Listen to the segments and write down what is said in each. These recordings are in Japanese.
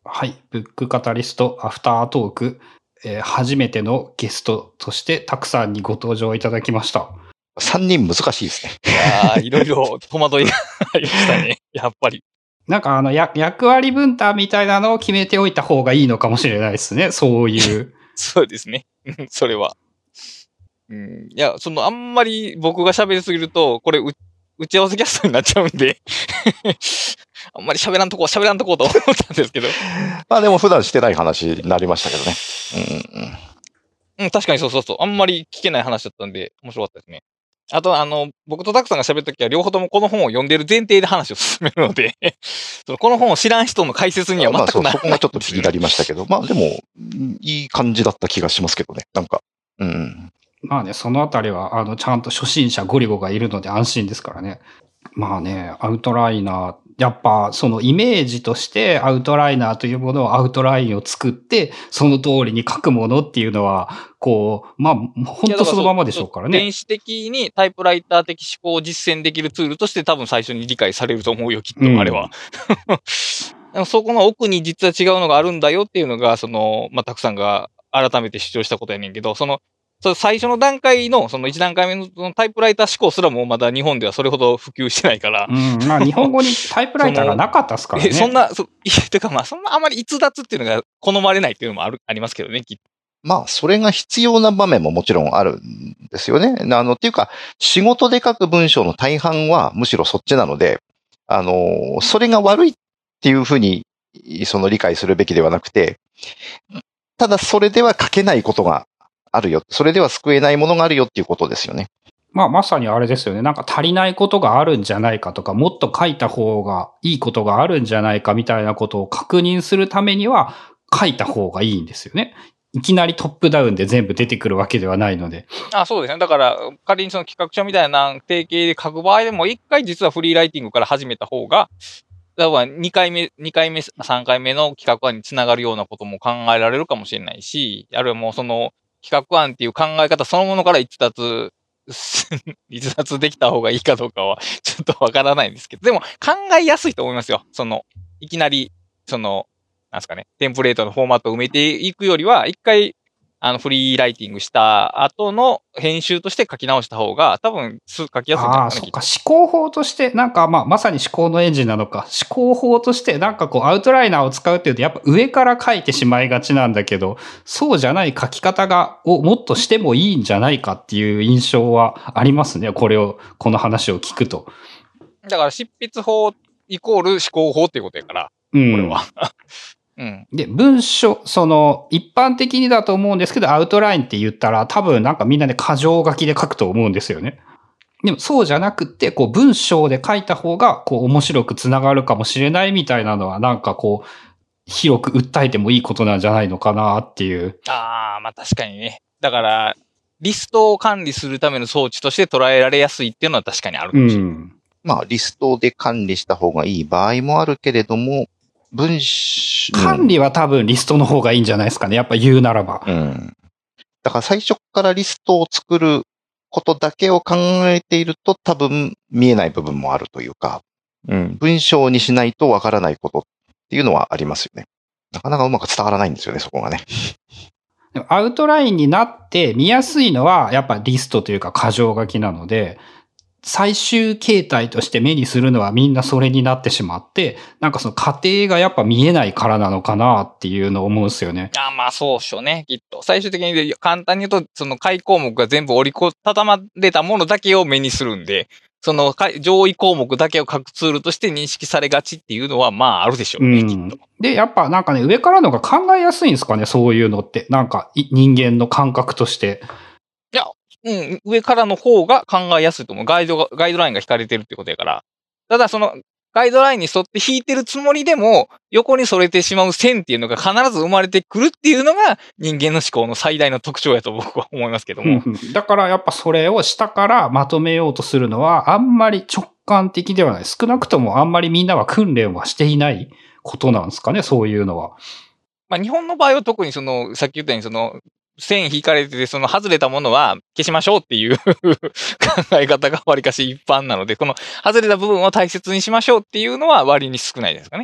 はい。ブックカタリストアフタートーク、初めてのゲストとしてたくさんにご登場いただきました。 3人難しいですね。 いやー、いろいろ戸惑いがありましたね。やっぱり。 なんか役割分担みたいなのを決めておいた方がいいのかもしれないですね。そういう。 そうですね。それは。いや、あんまり僕が喋りすぎると、これ打ち合わせキャストになっちゃうんで、あんまり喋らんとこうと思ったんですけど。 まあでも普段してない話になりましたけどね。 確かにそう。あんまり聞けない話だったんで、面白かったですね。あと、僕とたくさんが喋るときは、両方ともこの本を読んでる前提で話を進めるので、この本を知らん人の解説には全くならない。 そこがちょっと気になりましたけど、まあでも、いい感じだった気がしますけどね。なんか、 まあね、そのあたりは、ちゃんと初心者ゴリゴがいるので安心ですからね。まあね、アウトライナー、やっぱそのイメージとしてアウトライナーというものをアウトラインを作って、その通りに書くものっていうのは、まあ、本当そのままでしょうからね。 電子的にタイプライター的思考を実践できるツールとして多分最初に理解されると思うよ、きっと、あれは。そこの奥に実は違うのがあるんだよっていうのが、たくさんが改めて主張したことやねんけど、最初の段階の、1段階目のタイプライター思考すらもまだ日本ではそれほど普及してないから。 まあ日本語にタイプライターがなかったですからね。 そんなあまり逸脱っていうのが好まれないっていうのもありますけどね、きっと。 まあ、それが必要な場面ももちろんあるんですよね。っていうか、仕事で書く文章の大半はむしろそっちなので、それが悪いっていうふうに、理解するべきではなくて、ただそれでは書けないことがあるよ。それでは救えないものがあるよっていうことですよね。 まあまさにあれですよね。なんか足りないことがあるんじゃないかとか、もっと書いた方がいいことがあるんじゃないかみたいなことを確認するためには書いた方がいいんですよね。いきなりトップダウンで全部出てくるわけではないので。 そうですね。だから、仮にその企画書みたいな定型で書く場合でも、一回実はフリーライティングから始めた方が、だから2回目、3回目の企画案につながるようなことも考えられるかもしれないし、あるいはもうその企画案っていう考え方そのものから逸脱できた方がいいかどうかはちょっとわからないんですけど、でも考えやすいと思いますよ。いきなり、なんですかね、テンプレートのフォーマットを埋めていくよりは、一回、フリーライティングした後の編集として書き直した方が、多分、書きやすいんじゃないですかね。 そっか。思考法として、なんかまさに思考のエンジンなのか。思考法として、なんかアウトライナーを使うっていうと、やっぱ上から書いてしまいがちなんだけど、そうじゃない書き方をもっとしてもいいんじゃないかっていう印象はありますね。この話を聞くと。 だから、執筆法イコール思考法っていうことやから、これは。 で、文章、一般的にだと思うんですけど、アウトラインって言ったら、多分なんかみんなで箇条書きで書くと思うんですよね。でもそうじゃなくて、文章で書いた方が、面白くつながるかもしれないみたいなのは、なんか広く訴えてもいいことなんじゃないのかなっていう。 まあ確かにね。だから、リストを管理するための装置として捉えられやすいっていうのは確かにあるかもしれない。 まあ、リストで管理した方がいい場合もあるけれども、 管理は多分リストの方がいいんじゃないですかね。やっぱ言うならば。 だから最初からリストを作ることだけを考えていると多分見えない部分もあるというか、文章にしないとわからないことっていうのはありますよね。なかなかうまく伝わらないんですよね、そこがね。 アウトラインになって見やすいのはやっぱリストというか箇条書きなので、最終形態として目にするのはみんなそれになってしまって、なんかその過程がやっぱ見えないからなのかなっていうのを思うんですよね。 まあそうっしょね、きっと。最終的に簡単に言うと、その下位項目が全部折りたたまれたものだけを目にするんで、その上位項目だけを書くツールとして認識されがちっていうのはまああるでしょうね、きっと。 で、やっぱなんかね、上からのが考えやすいんですかね、そういうのって。なんか人間の感覚として。 いや、上からの方が考えやすいと思う。ガイドラインが引かれてるってことやから。ただその、ガイドラインに沿って引いてるつもりでも、横にそれてしまう線っていうのが必ず生まれてくるっていうのが人間の思考の最大の特徴やと僕は思いますけども。 だからやっぱそれを下からまとめようとするのはあんまり直感的ではない。少なくともあんまりみんなは訓練はしていないことなんですかね、そういうのは。 まあ日本の場合は特にさっき言ったように線引かれてて、外れたものは消しましょうっていう考え方がわりかし一般なので、この外れた部分を大切にしましょうっていうのは割に少ないですかね。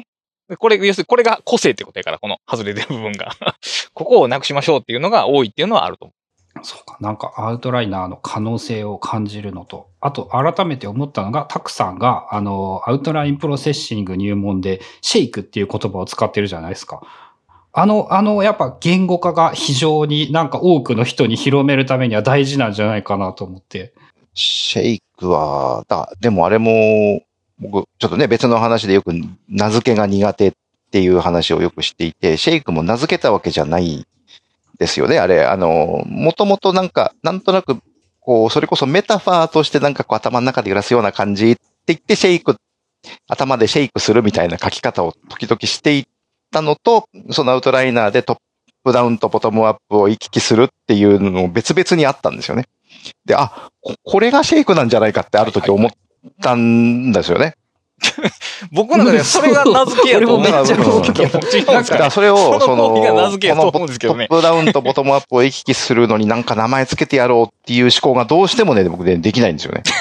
これ、要するにこれが個性ってことやから、この外れてる部分が。ここをなくしましょうっていうのが多いっていうのはあると思そうか。なんかアウトライナーの可能性を感じるのと、あと改めて思ったのが、タクさんが、アウトラインプロセッシング入門で、シェイクっていう言葉を使ってるじゃないですか。やっぱ言語化が非常になんか多くの人に広めるためには大事なんじゃないかなと思って。 シェイクは、でもあれも、僕、ちょっとね、別の話でよく名付けが苦手っていう話をよくしていて、シェイクも名付けたわけじゃないですよね、あれ。もともとなんとなく、こう、それこそメタファーとしてなんかこう頭の中で揺らすような感じって言ってシェイク、頭でシェイクするみたいな書き方を時々していったのと、そのアウトライナーでトップダウンとボトムアップを行き来するっていうのも別々にあったんですよね。で、これがシェイクなんじゃないかってある時思ったんですよね。 僕の中でそれが名付けやと思っちゃう。 だからそれを、 そのが名付けやと思うんですけどね。 トップダウンとボトムアップを行き来するのになんか名前つけてやろうっていう思考がどうしてもね、僕ね、できないんですよね。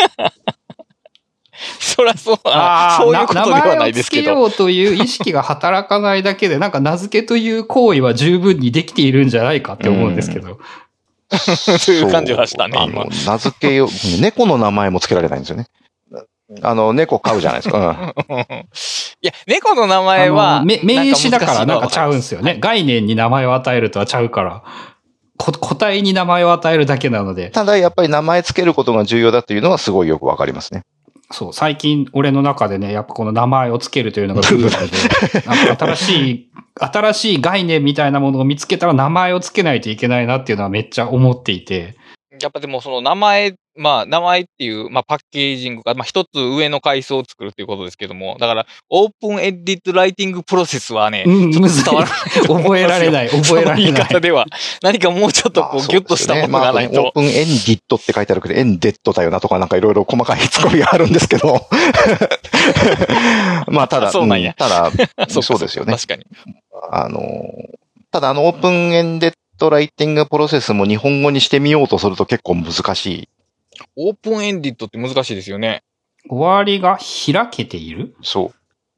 そらそういうことではないですけど。 名前をつけようという意識が働かないだけで、なんか名付けという行為は十分にできているんじゃないかって思うんですけど。 そういう感じはしたね、今。 名付けよう、猫の名前もつけられないんですよね。猫飼うじゃないですか。 いや、猫の名前は、 名詞だからなんかちゃうんですよね。概念に名前を与えるとはちゃうから。個体に名前を与えるだけなので。 ただやっぱり名前つけることが重要だというのはすごいよくわかりますね。 そう、最近俺の中でね、やっぱこの名前をつけるというのがブームで、なんか新しい概念みたいなものを見つけたら名前をつけないといけないなっていうのはめっちゃ思っていて。 やっぱでもその名前っていう、パッケージングが、一つ上の階層を作るっていうことですけども、だから、オープンエディットライティングプロセスはね、ちょっと伝わらない。 覚えられない。 その言い方では、何かもうちょっとこう、ギュッとしたものがないと。 オープンエンディットって書いてあるけど、エンデッドだよなとかなんかいろいろ細かいツッコミがあるんですけど。ただ、 そうなんや。 ただ、そうですよね。 確かに。 ただオープンエンデッドライティングプロセスも日本語にしてみようとすると結構難しい。 オープンエンディットって難しいですよね。 終わりが開けている？ そう。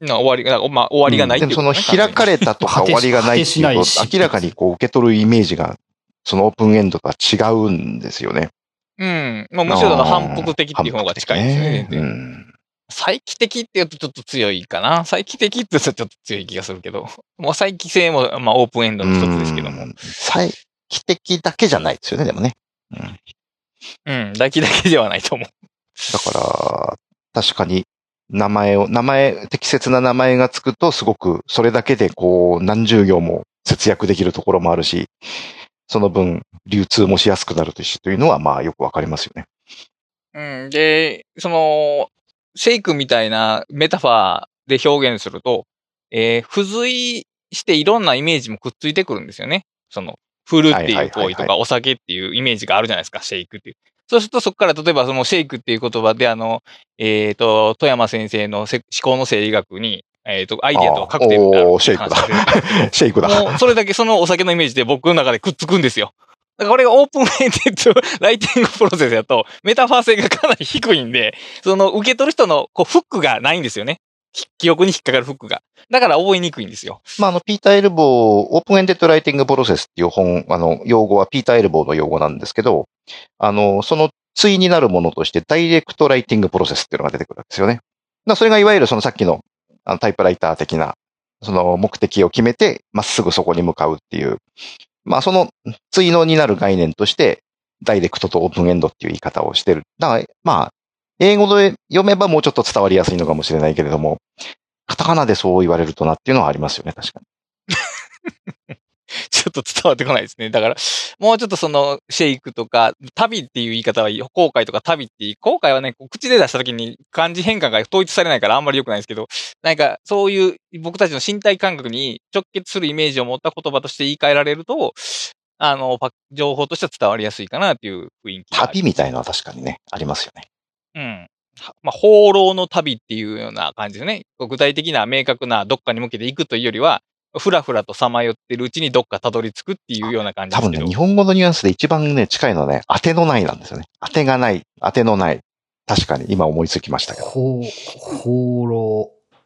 終わりがないっていう、 でもその開かれたとか終わりがないっていうと、明らかにこう受け取るイメージが、そのオープンエンドとは違うんですよね。 うん。むしろ反復的っていう方が近いですね。 うん。 再帰的って言うとちょっと強いかな。再帰的って言うとちょっと強い気がするけど。もう再帰性も、オープンエンドの一つですけども。 再帰的だけじゃないですよね、でもね。 再帰だけではないと思う。 だから、確かに、適切な名前がつくとすごく、それだけでこう、何十行も節約できるところもあるし、その分、流通もしやすくなるというのは、よくわかりますよね。 で、シェイクみたいなメタファーで表現すると、付随していろんなイメージもくっついてくるんですよね。振るっていう行為とか、お酒っていうイメージがあるじゃないですか、シェイクっていう。そうすると、そこから例えばそのシェイクっていう言葉で、富山先生の思考の生理学に、アイデアとカクテルであるシェイクだ。シェイクだ。 もう、それだけそのお酒のイメージで僕の中でくっつくんですよ。だからこれがオープンエンデッドライティングプロセスだと、メタファー性がかなり低いんで、受け取る人のフックがないんですよね。記憶に引っかかるフックが。だから覚えにくいんですよ。 ピーター・エルボー、オープンエンデッドライティングプロセスっていう本、用語はピーター・エルボーの用語なんですけど、その対になるものとしてダイレクトライティングプロセスっていうのが出てくるんですよね。それがいわゆるそのさっきのタイプライター的な、その目的を決めて、まっすぐそこに向かうっていう。その対のになる概念として、ダイレクトとオープンエンドっていう言い方をしてる。だから、英語で読めばもうちょっと伝わりやすいのかもしれないけれども、カタカナでそう言われるとなっていうのはありますよね、確かに。 ちょっと伝わってこないですね。だから、もうちょっとシェイクとか、旅っていう言い方は、後悔とか旅っていう、後悔はね、口で出した時に漢字変換が統一されないからあんまり良くないですけど、なんか、そういう僕たちの身体感覚に直結するイメージを持った言葉として言い換えられると、情報としては伝わりやすいかなっていう雰囲気。 旅みたいのは確かにね、ありますよね。 放浪の旅っていうような感じでね、具体的な明確などっかに向けて行くというよりは、ふらふらとさまよってるうちにどっかたどり着くっていうような感じですけど。 多分ね、日本語のニュアンスで一番ね、近いのはね、当てのないなんですよね。当てがない、当てのない。確かに今思いつきましたけど。 放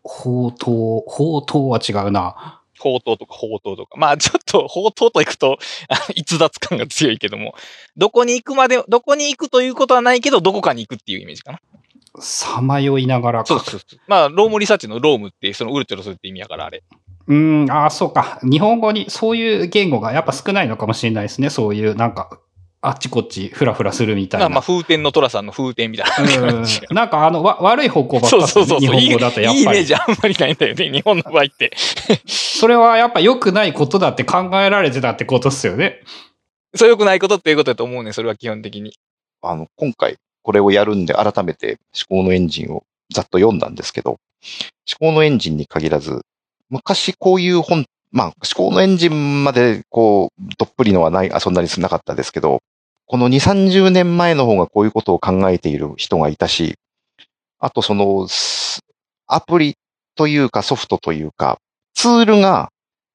宝刀は違うな。 宝刀とか宝刀とか。まあちょっと宝刀と行くと、逸脱感が強いけども、どこに行くということはないけど、どこかに行くっていうイメージかな。 さまよいながらそうそうそう。まあ、ロームリサーチのロームって、そのウルチョロするって意味やから、あれ。 そうか。日本語にそういう言語がやっぱ少ないのかもしれないですね。そういう、なんか、あっちこっちフラフラするみたいな。 まあ、風天の虎さんの風天みたいな感じ。 なんか悪い方向ばっかり、ね、 そう日本語だとやっぱり。 いいイメージあんまりないんだよね、日本の場合って。 それはやっぱ良くないことだって考えられてたってことっすよね。 そう良くないことっていうことだと思うね、それは基本的に。 今回これをやるんで改めて思考のエンジンをざっと読んだんですけど、思考のエンジンに限らず、昔こういう本、まあ思考のエンジンまでこう、どっぷりのはない、そんなになかったですけど、この2、30年前の方がこういうことを考えている人がいたし、あとその、アプリというかソフトというか、ツールが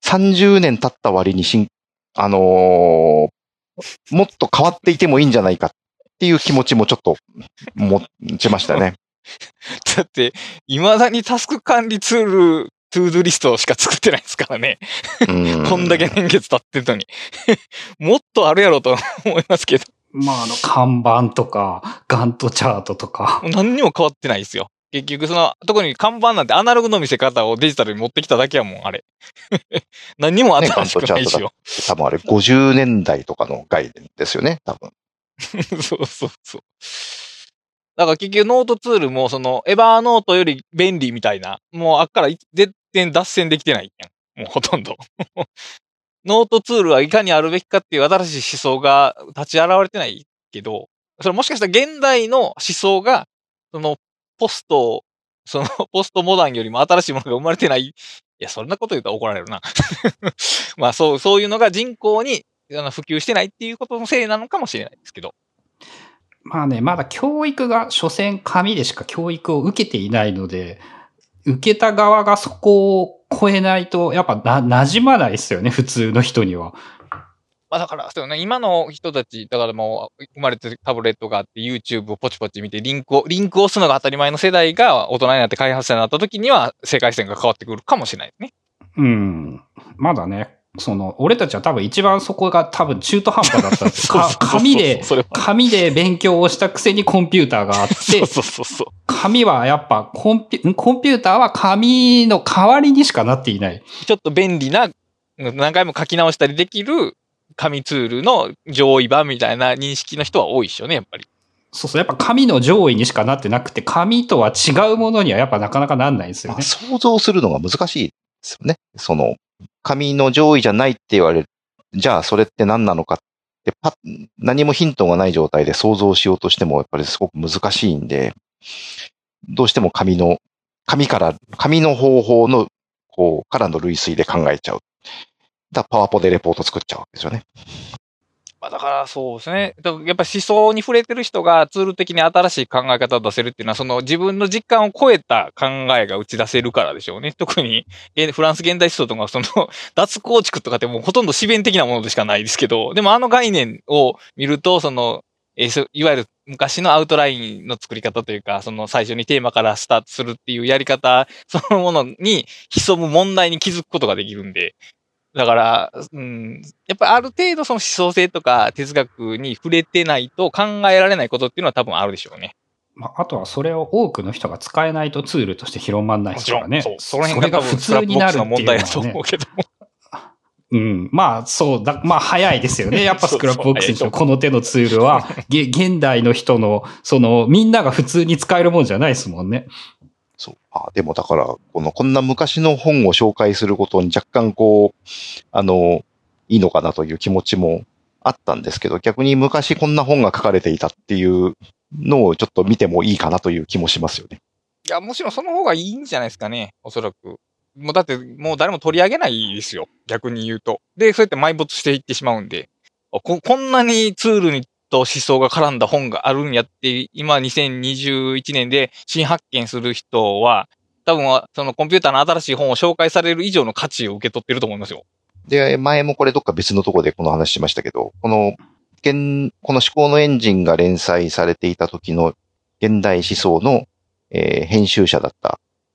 30年経った割にもっと変わっていてもいいんじゃないかっていう気持ちもちょっと持ちましたね。 だって、未だにタスク管理ツール、トゥードゥリストしか作ってないですからね。こんだけ年月経ってるのに。もっとあるやろと思いますけど。 まあ、看板とか、ガントチャートとか。 何にも変わってないですよ。結局特に看板なんてアナログの見せ方をデジタルに持ってきただけやもん、あれ。何にも新しくないしよ。 多分あれ50年代とかの概念ですよね、多分。 そうそうそう。だから結局ノートツールもエバーノートより便利みたいな、もうあっから全然脱線できてないやん。もうほとんど。ノートツールはいかにあるべきかっていう新しい思想が立ち現れてないけど、それもしかしたら現代の思想が、ポストモダンよりも新しいものが生まれてない。いや、そんなこと言うと怒られるな。まあそういうのが人口に普及してないっていうことのせいなのかもしれないですけど。 まあね、まだ教育が所詮紙でしか教育を受けていないので、受けた側がそこを超えないと、やっぱ馴染まないですよね、普通の人には。 まあだから、そうね、今の人たち、だからもう、生まれてタブレットがあって、YouTube をポチポチ見て、リンクを押すのが当たり前の世代が大人になって開発者になった時には、世界線が変わってくるかもしれないですね。まだね、俺たちは多分一番そこが多分中途半端だったんです紙で勉強をしたくせにコンピューターがあって、紙はやっぱコンピューターは紙の代わりにしかなっていない。 ちょっと便利な、何回も書き直したりできる紙ツールの上位版みたいな認識の人は多いでしょうね、やっぱり。 そう、やっぱ紙の上位にしかなってなくて、紙とは違うものにはやっぱなかなかなんないんですよね。 想像するのが難しいですよね。紙の上位じゃないって言われる。じゃあそれって何なのかって何もヒントがない状態で想像しようとしてもやっぱりすごく難しいんで、どうしても紙の方法の、からの類推で考えちゃう。パワポでレポート作っちゃうわけですよね。 だからそうですね。やっぱ思想に触れてる人がツール的に新しい考え方を出せるっていうのは、自分の実感を超えた考えが打ち出せるからでしょうね。特に、フランス現代思想とか脱構築とかってもうほとんど思弁的なものでしかないですけど、でも概念を見ると、いわゆる昔のアウトラインの作り方というか、最初にテーマからスタートするっていうやり方そのものに潜む問題に気づくことができるんで、だから、やっぱりある程度思想性とか哲学に触れてないと考えられないことっていうのは多分あるでしょうね。 あとはそれを多くの人が使えないとツールとして広まんないですからね。 その辺が多分普通になる問題だと思うけども。 まあそうだ、まあ早いですよね。やっぱスクラップボックスにしてもこの手のツールは、現代の人の、みんなが普通に使えるもんじゃないですもんね。 そう。でもだから、こんな昔の本を紹介することに若干いいのかなという気持ちもあったんですけど、逆に昔こんな本が書かれていたっていうのをちょっと見てもいいかなという気もしますよね。 いや、もちろんその方がいいんじゃないですかね、おそらく。もうだってもう誰も取り上げないですよ、逆に言うと。で、そうやって埋没していってしまうんで、こんなにツールにと思想が絡んだ本があるんやって、今2021年で新発見する人は、多分コンピューターの新しい本を紹介される以上の価値を受け取ってると思いますよ。 で、前もこれどっか別のところでこの話しましたけど、この思考のエンジンが連載されていた時の現代思想の、編集者だった、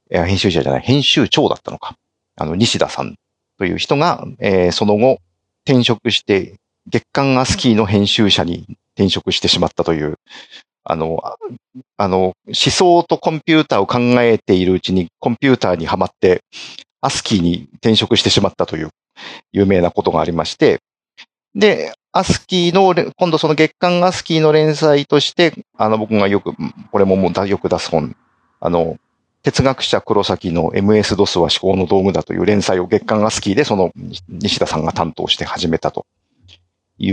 編集者じゃない、編集長だったのか。西田さんという人が、その後、転職して、月刊アスキーの編集者に転職してしまったという、思想とコンピューターを考えているうちにコンピューターにはまって、アスキーに転職してしまったという有名なことがありまして、で、アスキーの、今度その月刊アスキーの連載として、僕がよく、これももうよく出す本、哲学者黒崎の MS-DOS は思考の道具だという連載を月刊アスキーでその西田さんが担当して始めたという、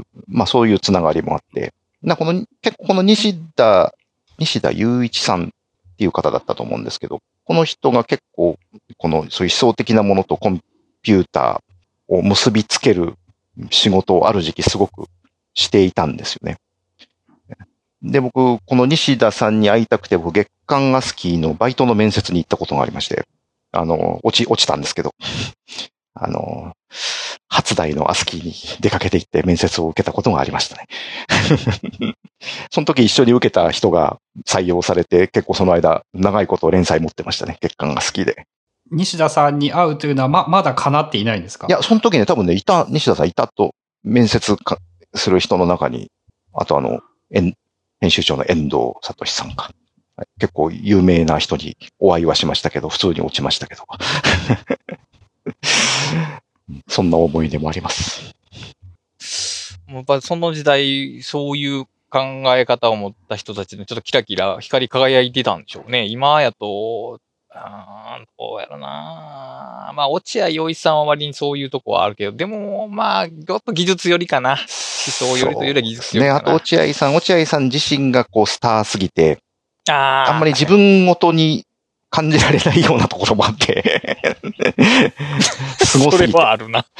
まあそういうつながりもあって、結構この西田雄一さんっていう方だったと思うんですけど、この人が結構、そういう思想的なものとコンピューターを結びつける仕事をある時期すごくしていたんですよね。で、僕、この西田さんに会いたくて、僕、月刊アスキーのバイトの面接に行ったことがありまして、落ちたんですけど、初代のアスキーに出かけて行って面接を受けたことがありましたね。その時一緒に受けた人が採用されて、結構その間、長いこと連載持ってましたね、月刊アスキーで。 西田さんに会うというのはまだ叶っていないんですか？ いや、その時ね、多分ね、西田さんいたと、面接する人の中に、あと編集長の遠藤聡さんか。結構有名な人にお会いはしましたけど、普通に落ちましたけど。そんな思い出もあります。 やっぱその時代、そういう考え方を持った人たちのちょっとキラキラ光り輝いてたんでしょうね。今やと、どうやろな。まあ、落合陽一さんは割にそういうとこはあるけど、でも、まあ、ちょっと技術よりかな。思想よりというよりは技術よりかな。 ね、あと落合さん自身がこうスターすぎて、 あんまり自分ごとに感じられないようなところもあって、すごすぎて。 それはあるな。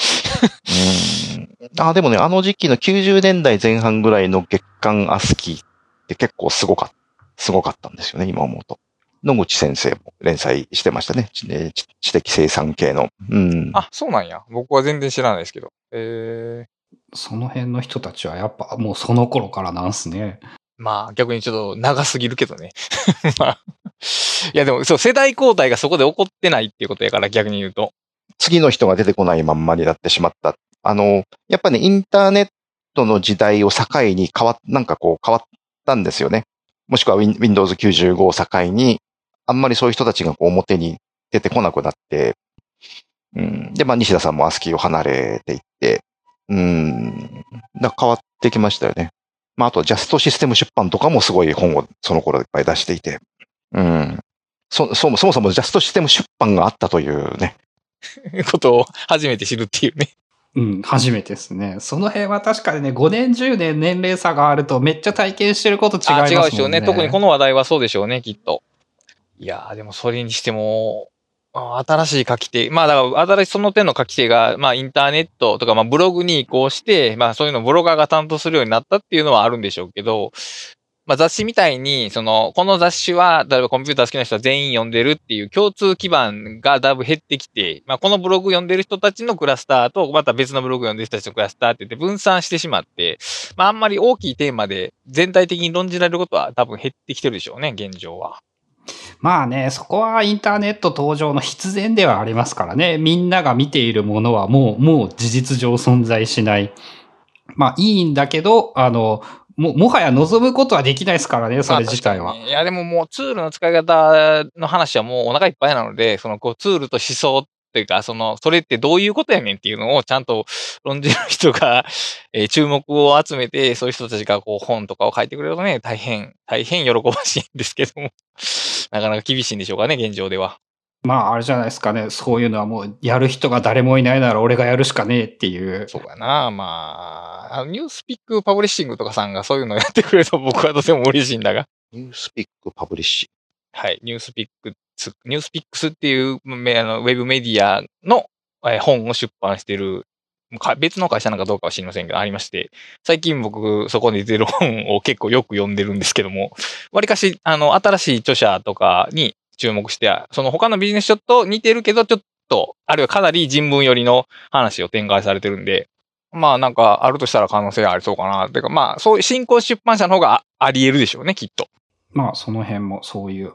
でもね、あの時期の90年代前半ぐらいの月刊アスキーって結構すごかったんですよね、今思うと。野口先生も連載してましたね。知的生産系の。うん。 あ、そうなんや。僕は全然知らないですけど。 その辺の人たちはやっぱもうその頃からなんすね。 まあ逆にちょっと長すぎるけどね。まあ。いやでもそう、世代交代がそこで起こってないっていうことやから逆に言うと。 次の人が出てこないまんまになってしまった。やっぱね、インターネットの時代を境に変わったんですよね。もしくは Windows 95を境に、あんまりそういう人たちがこう表に出てこなくなって、で、まあ西田さんもアスキーを離れていって、変わってきましたよね。まああとジャストシステム出版とかもすごい本をその頃いっぱい出していて、そもそもジャストシステム出版があったというね。 ことを初めて知るっていうね。 初めてですね。その辺は確かにね、5年、10年年齢差があるとめっちゃ体験してること違いますもんね。 違うでしょうね。特にこの話題はそうでしょうね、きっと。いやー、でもそれにしても、新しい書き手。まあだからその手の書き手が、まあインターネットとか、まあブログに移行して、まあそういうのをブロガーが担当するようになったっていうのはあるんでしょうけど、まあ雑誌みたいに、この雑誌は、例えばコンピューター好きな人は全員読んでるっていう共通基盤がだいぶ減ってきて、まあこのブログ読んでる人たちのクラスターと、また別のブログ読んでる人たちのクラスターって言って分散してしまって、まああんまり大きいテーマで全体的に論じられることは多分減ってきてるでしょうね、現状は。 まあね、そこはインターネット登場の必然ではありますからね。みんなが見ているものはもう事実上存在しない。まあいいんだけど、もはや望むことはできないですからね、それ自体は。 いや、でももうツールの使い方の話はもうお腹いっぱいなので、ツールと思想っていうか、それってどういうことやねんっていうのをちゃんと論じる人が、注目を集めて、そういう人たちが本とかを書いてくれるとね、大変喜ばしいんですけども、なかなか厳しいんでしょうかね、現状では。 まあ、あれじゃないですかね。そういうのはもう、やる人が誰もいないなら俺がやるしかねえっていう。 そうかな。まあ、ニュースピックパブリッシングとかさんがそういうのをやってくれると僕はとても嬉しいんだが。 ニュースピックパブリッシング。はい。ニュースピックスっていうウェブメディアの本を出版している、別の会社なんかどうかは知りませんけど、ありまして、最近僕そこに出てる本を結構よく読んでるんですけども、わりかし、新しい著者とかに注目して、その他のビジネス書と似てるけど、ちょっと、あるいはかなり人文寄りの話を展開されてるんで、まあなんかあるとしたら可能性ありそうかな。てかまあそういう新興出版社の方があり得るでしょうね、きっと。 まあその辺もそういう。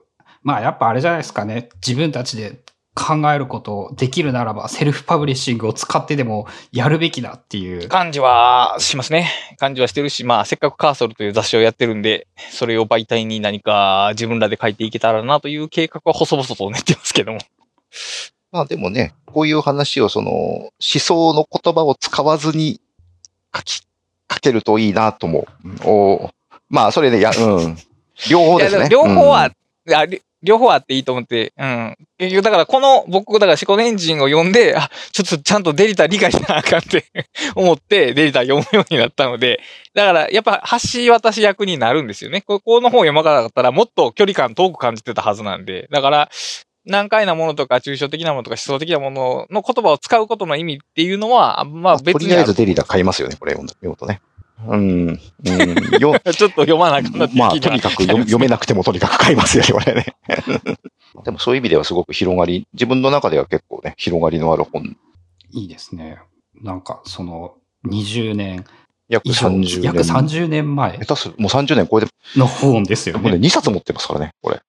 まあやっぱあれじゃないですかね。自分たちで考えることをできるならば、セルフパブリッシングを使ってでもやるべきだっていう。 感じはしますね。感じはしてるし、まあせっかくカーソルという雑誌をやってるんで、それを媒体に何か自分らで書いていけたらなという計画は細々と練ってますけども。 まあでもね、こういう話を思想の言葉を使わずに書けるといいなとも。まあそれで両方ですね。 両方は、両方あっていいと思って、結局だから僕、だから思考エンジンを読んで、ちょっとちゃんとデリタ理解しなあかんって思ってデリタ読むようになったので、だからやっぱ橋渡し役になるんですよね。この本を読まなかったらもっと距離感遠く感じてたはずなんで、だから難解なものとか抽象的なものとか思想的なものの言葉を使うことの意味っていうのは、まあ別に。 とりあえずデリタ買いますよね、これ読むとね。 ちょっと読まなくなってまあ、とにかく読めなくてもとにかく買いますよね、これね。でもそういう意味ではすごく自分の中では結構ね、広がりのある本。 いいですね。なんか、20年。 約30年。 約30年前。 下手する。もう30年超えて。 の本ですよね。 もうね、2冊持ってますからね、これ。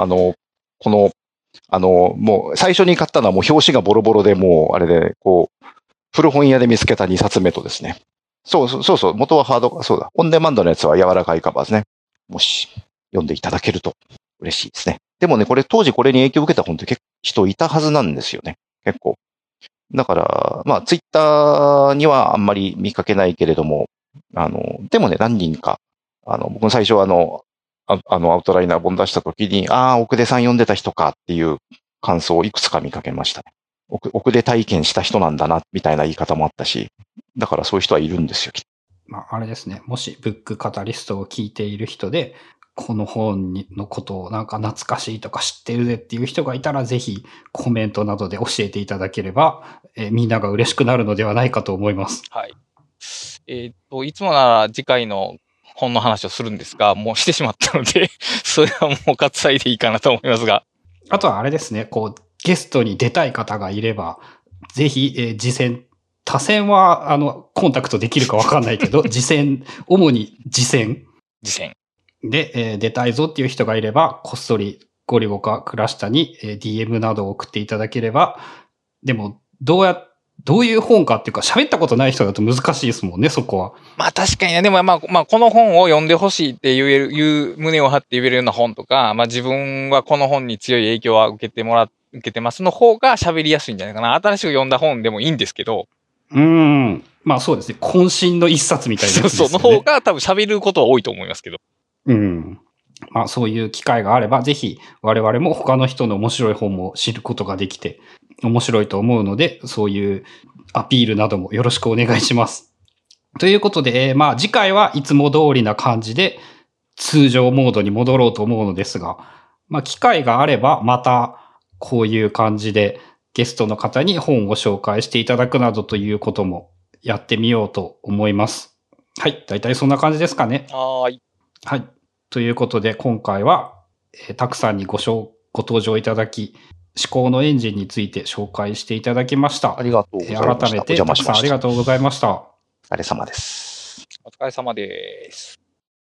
もう最初に買ったのはもう表紙がボロボロでもう、あれで、古本屋で見つけた2冊目とですね。そう、元はハード、そうだ。オンデマンドのやつは柔らかいカバーですね。もし読んでいただけると嬉しいですね。でもね、当時これに影響を受けた本って結構人いたはずなんですよね。結構。だから、まあ、ツイッターにはあんまり見かけないけれども、でもね、何人か、僕も最初アウトライナー本出した時に、奥出さん読んでた人かっていう感想をいくつか見かけましたね。奥出体験した人なんだな、みたいな言い方もあったし、だからそういう人はいるんですよ。 まあ、あれですね。もしブックカタリストを聞いている人で、この本のことをなんか懐かしいとか知ってるぜっていう人がいたら、ぜひコメントなどで教えていただければ、みんなが嬉しくなるのではないかと思います。 はい。いつもなら次回の本の話をするんですが、もうしてしまったので、それはもう割愛でいいかなと思いますが。 あとはあれですね、ゲストに出たい方がいれば、ぜひ、他選は、コンタクトできるかわかんないけど、主に次戦で、出たいぞっていう人がいれば、こっそりゴリゴかクラシタに、DM などを送っていただければ、でも、どういう本かっていうか、喋ったことない人だと難しいですもんね、そこは。 まあ確かにね、でもまあこの本を読んでほしいっていう胸を張って言えるような本とか、まあ自分はこの本に強い影響は受けてますの方が喋りやすいんじゃないかな。新しく読んだ本でもいいんですけど。 まあそうですね。渾身の一冊みたいなやつですよね。 の方が多分喋ることは多いと思いますけど。 まあそういう機会があれば、ぜひ我々も他の人の面白い本も知ることができて面白いと思うので、そういうアピールなどもよろしくお願いします。ということで、まあ次回はいつも通りな感じで通常モードに戻ろうと思うのですが、まあ機会があればまたこういう感じでゲストの方に本を紹介していただくなどということもやってみようと思います。はい。だいたいそんな感じですかね。 はい。 ということで、今回は、たくさんにご登場いただき、思考のエンジンについて紹介していただきました。 ありがとうございました。 改めて、たくさんありがとうございました。 お疲れ様です。 お疲れ様です。